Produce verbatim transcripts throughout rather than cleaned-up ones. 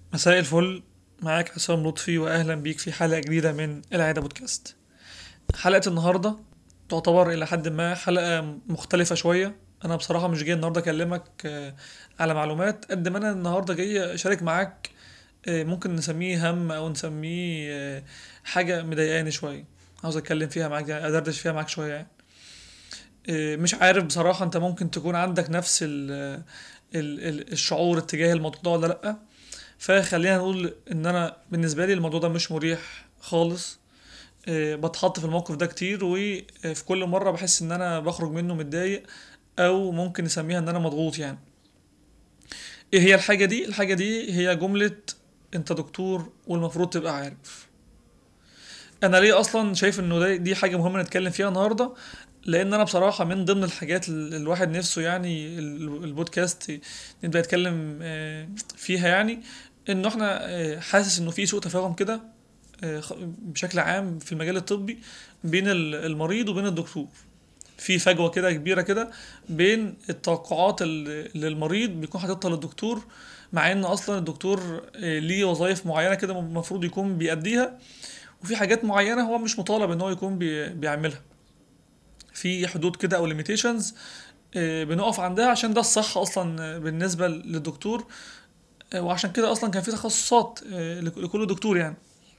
مساء الفل. معاك عصام لطفي واهلا بيك في حلقة جديدة من العادة بودكاست. حلقة النهاردة تعتبر الى حد ما حلقة مختلفة شوية. انا بصراحة مش جاي النهاردة اكلمك آه، على معلومات قد ما انا النهاردة جاي اشارك معاك. آه، ممكن نسميه هم او نسميه آه، حاجة مضايقاني شوية. عاوز اتكلم فيها معاك، ادردش فيها معاك شوية يعني. آه، مش عارف بصراحة انت ممكن تكون عندك نفس ال ال- ال- الشعور اتجاه الموضوع ده ولا لأ. فخلينا نقول ان انا بالنسبه لي الموضوع ده مش مريح خالص. آه، بتحط في الموقف ده كتير، وفي كل مره بحس ان انا بخرج منه متضايق، او ممكن نسميها ان انا مضغوط يعني. ايه هي الحاجه دي؟ الحاجه دي هي جمله: انت دكتور والمفروض تبقى عارف. انا ليه اصلا شايف انه ده دي حاجه مهمه نتكلم فيها النهارده؟ لان انا بصراحه من ضمن الحاجات اللي الواحد نفسه يعني ال- البودكاست نبدا يتكلم آه، فيها يعني. انه احنا آه، حاسس انه في سوء تفاهم كده آه، خ- بشكل عام في المجال الطبي بين ال- المريض وبين الدكتور. في فجوة كده كبيرة كده بين التوقعات ال- اللي المريض بيكون حاططها للدكتور، مع ان اصلا الدكتور آه، ليه وظائف معينة كده المفروض يكون بيأديها، وفي حاجات معينة هو مش مطالب ان هو يكون بي- بيعملها. في حدود كده او ليميتيشنز بنقف عندها عشان ده الصح اصلا آه، بالنسبة للدكتور. آه، وعشان كده اصلا كان في تخصصات آه، لك- لكل دكتور يعني.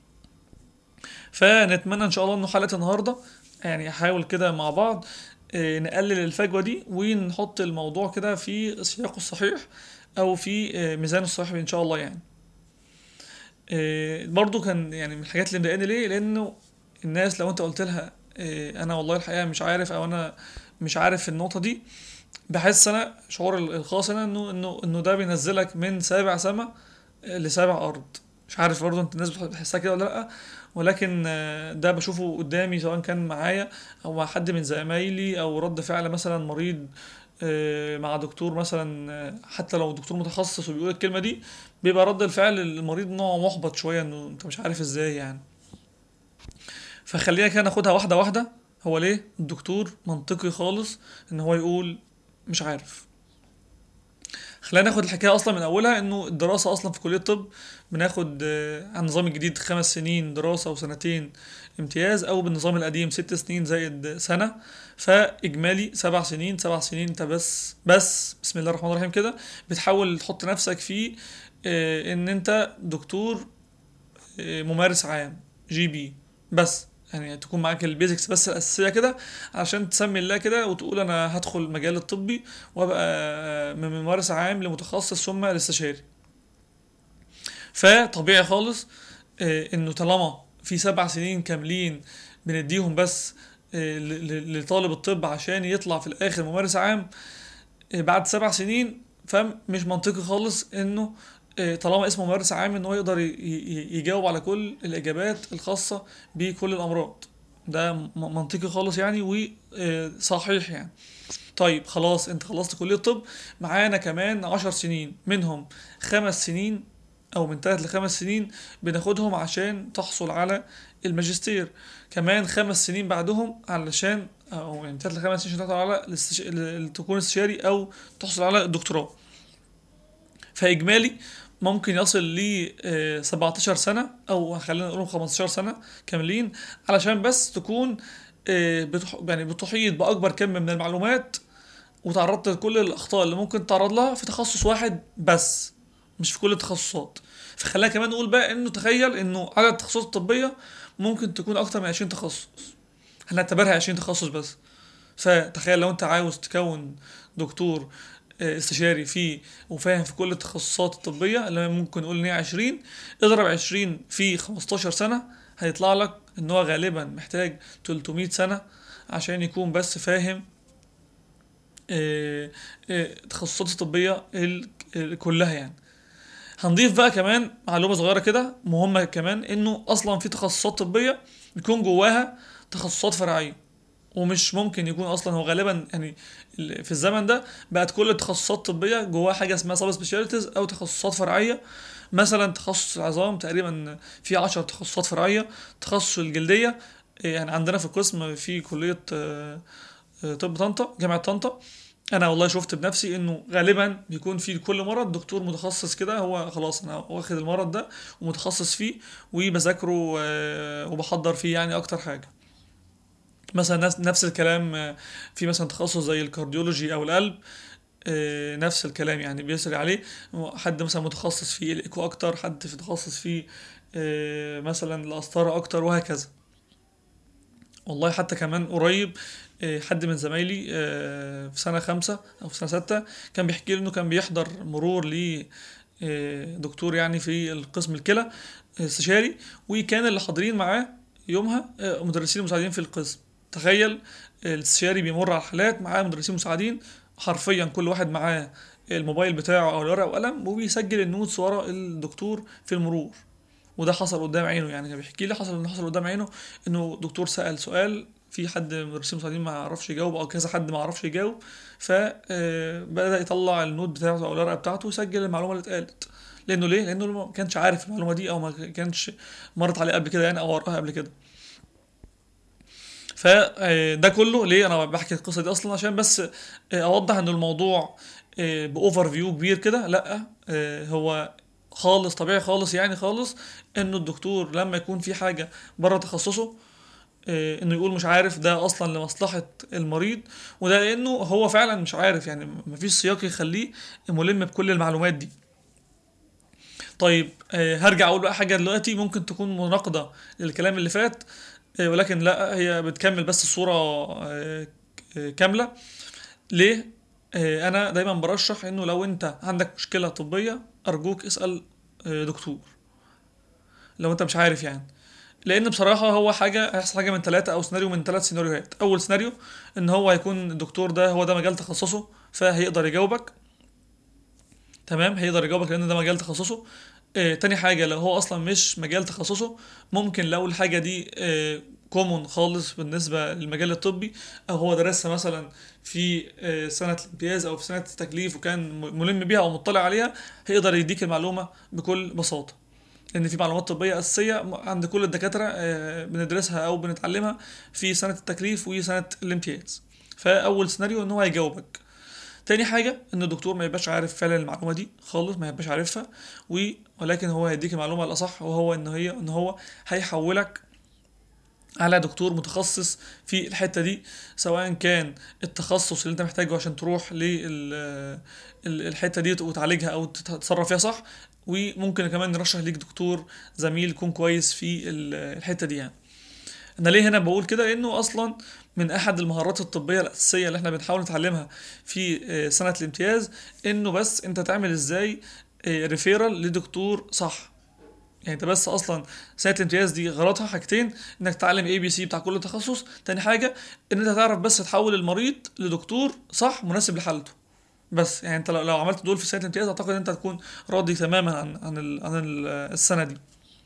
فنتمنى ان شاء الله انه حلقة النهاردة يعني احاول كده مع بعض آه، نقلل الفجوة دي ونحط الموضوع كده في سياقه الصحيح، او في آه، ميزانه الصحيح ان شاء الله يعني. آه، برضو كان يعني من الحاجات اللي مضايقاني ليه، لانه الناس لو انت قلت لها آه، انا والله الحقيقة مش عارف، او انا مش عارف في النقطة دي، بحس انا شعور الخاص انا انه انه انه ده بينزلك من سابع سما لسابع ارض. مش عارف برضه انت الناس بتحسها كده ولا لا، ولكن آه، ده بشوفه قدامي سواء كان معايا او مع حد من زمايلي، او رد فعل مثلا مريض آه، مع دكتور مثلا. آه، حتى لو دكتور متخصص وبيقول الكلمة دي، بيبقى رد الفعل المريض نوع محبط شوية، انه انت مش عارف ازاي يعني. فخلينا كده ناخدها واحدة واحدة. هو ليه الدكتور منطقي خالص ان هو يقول مش عارف؟ خلينا ناخد الحكايه اصلا من اولها. انه الدراسه اصلا في كليه الطب بناخد آه، على النظام الجديد خمس سنين دراسه وسنتين امتياز، او بالنظام القديم ست سنين زائد سنه. فاجمالي سبع سنين. سبع سنين انت بس بس بسم الله الرحمن الرحيم كده بتحاول تحط نفسك في آه، ان انت دكتور آه، ممارس عام، جي بي بس. يعني تكون معاك البيزكس بس الأساسية كده، عشان تسمي الله كده وتقول أنا هدخل المجال الطبي وأبقى من ممارس عام لمتخصص ثم لاستشاري. فطبيعي خالص آه، إنه طالما في سبع سنين كاملين بنديهم بس آه، ل- ل- لطالب الطب عشان يطلع في الآخر ممارس عام آه، بعد سبع سنين، فمش منطقي خالص انه آه، طالما اسمه ممارس عام ان هو يقدر ي- ي- يجاوب على كل الاجابات الخاصه بكل الامراض. ده م- منطقي خالص يعني، وصحيح يعني. طيب خلاص، انت خلصت كليه الطب، معانا كمان عشر سنين، منهم خمس سنين او من ثلاث لخمس سنين بناخدهم عشان تحصل على الماجستير. كمان خمس سنين بعدهم علشان، او يعني ثلاث لخمس سنين عشان تحصل على الاستش... ال- تكون استشاري او تحصل على الدكتوراه. فاجمالي ممكن يصل ل آه، سبعتاشر سنة، او خلينا نقول خمستاشر سنة كاملين، علشان بس تكون آه، بتح... يعني بتحيط باكبر كم من المعلومات، وتعرضت لكل الاخطاء اللي ممكن تتعرض لها في تخصص واحد بس، مش في كل التخصصات. فخلينا كمان نقول بقى انه تخيل انه عدد التخصصات الطبيه ممكن تكون اكتر من عشرين تخصص. هنعتبرها عشرين تخصص بس. فتخيل لو انت عاوز تكون دكتور آه، استشاري في وفاهم في كل التخصصات الطبيه اللي ممكن نقول ان هي عشرين، اضرب عشرين في خمستاشر سنه، هيطلع لك ان هو غالبا محتاج تلتمية سنه عشان يكون بس فاهم آه، آه، التخصصات الطبية ال- ال- كلها يعني. هنضيف بقى كمان معلومة صغيرة كده مهمة كمان، انه اصلا في تخصصات طبية بيكون جواها تخصصات فرعية. ومش ممكن يكون اصلا، هو غالبا يعني ال- في الزمن ده بقت كل التخصصات الطبية جواها حاجة اسمها سب سبيشاليتيز او تخصصات فرعية. مثلا تخصص العظام تقريبا في عشر تخصصات فرعية. تخصص الجلدية آه، يعني عندنا في القسم في كلية آه، آه، طب طنطا، جامعة طنطا، انا والله شفت بنفسي انه غالبا بيكون في كل مرض دكتور متخصص كده، هو خلاص انا واخد المرض ده ومتخصص فيه وبذاكره آه، وبحضر فيه يعني اكتر حاجه. مثلا نفس نفس الكلام آه، في مثلا تخصص زي الكارديولوجي او القلب، آه، نفس الكلام يعني بيسري عليه حد مثلا متخصص في الايكو اكتر، حد في متخصص في آه، مثلا القسطره اكتر، وهكذا. والله حتى كمان قريب آه، حد من زمايلي آه، في سنة خمسة أو في سنة ستة كان بيحكي لي إنه كان بيحضر مرور ل آه، دكتور يعني في القسم الكلى آه، استشاري، وكان اللي حاضرين معاه يومها آه، مدرسين مساعدين في القسم. تخيل، آه، الاستشاري بيمر على الحالات معاه مدرسين مساعدين، حرفيا كل واحد معاه الموبايل بتاعه أو الورقة وقلم وبيسجل النوتس ورا الدكتور في المرور. وده حصل قدام عينه، يعني كان بيحكي لي حصل انه حصل قدام عينه انه دكتور سأل سؤال في حد من المدرسين المساعدين ما عرفش يجاوب، او كذا حد ما عرفش يجاوب، فبدأ يطلع النوت بتاعته او الورقه بتاعته ويسجل المعلومه اللي اتقالت. لانه ليه؟ لانه ما كانش عارف المعلومه دي او ما كانش مرت عليه قبل كده يعني او قراها قبل كده. فده كله ليه انا بحكي القصه دي اصلا؟ عشان بس آه، اوضح ان الموضوع باوفر فيو كبير كده، لا آه، هو خالص طبيعي خالص يعني خالص انه الدكتور لما يكون في حاجه بره تخصصه آه، انه يقول مش عارف، ده اصلا لمصلحه المريض، وده لانه هو فعلا مش عارف، يعني مفيش سياق يخليه ملم بكل المعلومات دي. طيب آه، هرجع اقول بقى حاجه دلوقتي ممكن تكون مناقضه للكلام اللي فات، آه، ولكن لا، هي بتكمل بس الصوره آه، آه، كامله. ليه؟ آه، انا دايما برشح انه لو انت عندك مشكله طبيه ارجوك اسال آه، دكتور لو انت مش عارف يعني. لان بصراحه هو حاجه هيحصل حاجه من ثلاثه او سيناريو من ثلاث سيناريوهات. اول سيناريو ان هو هيكون الدكتور ده هو ده مجال تخصصه فهيقدر يجاوبك، تمام، هيقدر يجاوبك لان ده مجال تخصصه. آه، تاني حاجة لو هو أصلا مش مجال تخصصه، ممكن لو الحاجة دي كومون خالص بالنسبة للمجال الطبي، أو هو درسها مثلا في آه، سنة الامتياز أو في سنة التكليف وكان م- ملم بيها أو مطلع عليها، هيقدر يديك المعلومة بكل بساطة. لأن في معلومات طبية أساسية م- عند كل الدكاترة آه، بندرسها أو بنتعلمها في سنة التكليف وسنة الامتياز. فأول سيناريو إن هو هيجاوبك. تاني حاجة ان الدكتور ما يبقاش عارف فعلا المعلومة دي خالص، ما يبقاش عارفها، و... ولكن هو هيديك المعلومة الأصح، وهو ان هي ان هو هيحولك على دكتور متخصص في الحتة دي، سواء كان التخصص اللي انت محتاجه عشان تروح للحتة دي وتعالجها او تتصرف فيها صح، وممكن كمان نرشح ليك دكتور زميل يكون كويس في ال- الحتة دي يعني. انا ليه هنا بقول كده؟ لانه اصلا من احد المهارات الطبيه الاساسيه اللي احنا بنحاول نتعلمها في آه، سنه الامتياز، انه بس انت تعمل ازاي ريفيرال لدكتور صح. يعني انت بس اصلا سنه الامتياز دي غرضها حاجتين: انك تتعلم اي بي سي بتاع كل تخصص، تاني حاجه ان انت تعرف بس تحول المريض لدكتور صح مناسب لحالته. بس يعني انت لو لو عملت دول في سنه الامتياز اعتقد ان انت هتكون راضي تماما عن عن ال عن ال السنه دي.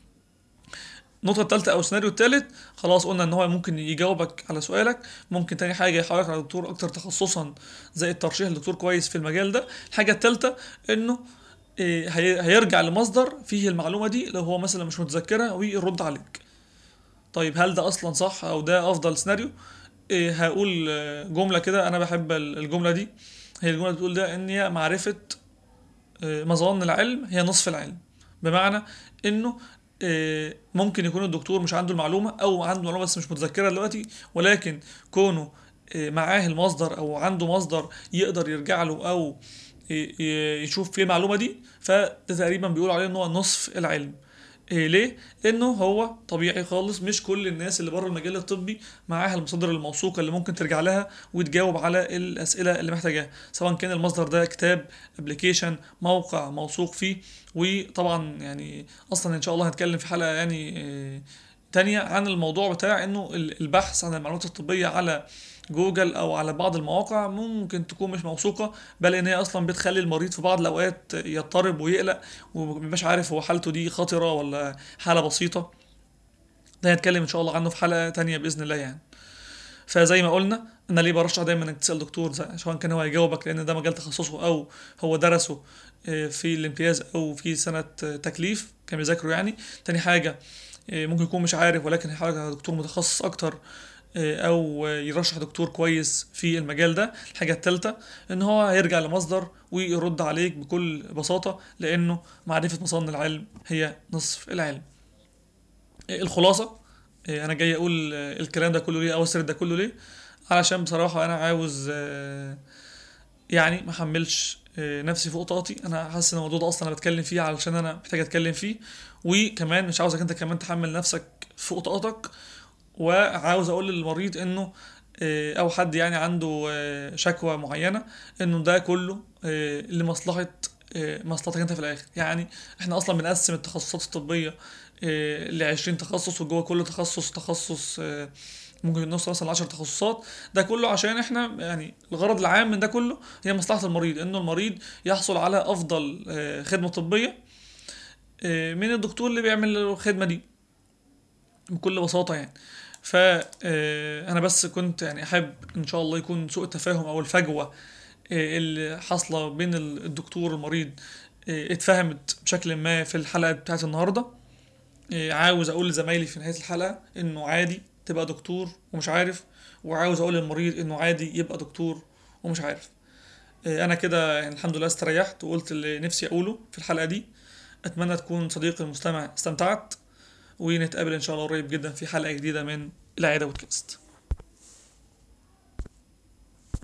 النقطة التالتة أو السيناريو التالت، خلاص قلنا إن هو ممكن يجاوبك على سؤالك. ممكن تاني حاجة يحولك على دكتور أكتر تخصصا زي الترشيح لدكتور كويس في المجال ده. الحاجة التالتة إنه إيه، هي- هيرجع لمصدر فيه المعلومة دي لو هو مثلا مش متذكرها ويرد عليك. طيب هل ده أصلا صح أو ده أفضل سيناريو؟ إيه، هقول آه، جملة كده أنا بحب ال- الجملة دي. هي الجملة بتقول ده إن هي معرفة آه، مظان العلم هي نصف العلم. بمعنى انه آه، ممكن يكون الدكتور مش عنده المعلومة او عنده معلومة بس مش متذكرها دلوقتي، ولكن كونه آه، معاه المصدر او عنده مصدر يقدر يرجع له او ي- ي- يشوف فيه المعلومة دي، فده تقريبا بيقول عليه ان هو نصف العلم. إيه ليه؟ لأنه هو طبيعي خالص مش كل الناس اللي بره المجال الطبي معاها المصادر الموثوقة اللي ممكن ترجع لها وتجاوب على الأسئلة اللي محتاجاها، سواء كان المصدر ده كتاب، ابلكيشن، موقع موثوق فيه. وطبعا يعني أصلا إن شاء الله هنتكلم في حلقة يعني إيه، تانية عن الموضوع بتاع إنه ال- البحث عن المعلومات الطبية على جوجل او على بعض المواقع ممكن تكون مش موثوقه، بل ان هي اصلا بتخلي المريض في بعض الاوقات يضطرب ويقلق ومبيبقاش عارف هو حالته دي خطرة ولا حالة بسيطة. ده هنتكلم ان شاء الله عنه في حلقة تانية بإذن الله يعني. فزي ما قلنا، انا ليه برشح دايما انك تسأل دكتور زي- سواء كان هو يجاوبك لان ده مجال تخصصه او هو درسه آه، في الامتياز او في سنة آه، تكليف كان بيذاكره يعني. تاني حاجة آه، ممكن يكون مش عارف ولكن هيحاول على دكتور متخصص اكتر آه، او يرشح دكتور كويس في المجال ده. الحاجة التالتة ان هو هيرجع لمصدر ويرد عليك بكل بساطة، لانه معرفة مصادر العلم هي نصف العلم. آه، الخلاصة، آه، انا جاي اقول آه، الكلام ده كله ليه او السرد ده كله ليه؟ علشان بصراحة انا عاوز آه، يعني ما احملش آه، نفسي فوق طاقتي. انا حاسس ان الموضوع ده اصلا انا بتكلم فيه علشان انا محتاج اتكلم فيه، وكمان مش عاوزك انت كمان تحمل نفسك فوق طاقتك. وعاوز اقول للمريض انه آه، او حد يعني عنده آه، شكوى معينه، انه ده كله آه، لمصلحه آه، مصلحتك انت في الاخر. يعني احنا اصلا بنقسم التخصصات الطبيه ل عشرين تخصص، وجوه كل تخصص تخصص آه، ممكن نوصل مثلا ل عشر تخصصات. ده كله عشان احنا يعني الغرض العام من ده كله هي مصلحه المريض، انه المريض يحصل على افضل آه، خدمه طبيه آه، من الدكتور اللي بيعمل له الخدمه دي، بكل بساطة يعني. ف آه، انا بس كنت يعني احب ان شاء الله يكون سوء التفاهم او الفجوة آه، اللي حاصلة بين ال- الدكتور والمريض آه، اتفهمت بشكل ما في الحلقة بتاعت النهاردة. آه، عاوز اقول لزمايلي في نهاية الحلقة انه عادي تبقى دكتور ومش عارف، وعاوز اقول للمريض انه عادي يبقى دكتور ومش عارف. آه، انا كده يعني الحمد لله استريحت وقلت اللي نفسي اقوله في الحلقة دي. اتمنى تكون صديقي المستمع استمتعت، ونتقابل ان شاء الله قريب جدا في حلقة جديدة من العيادة بودكاست.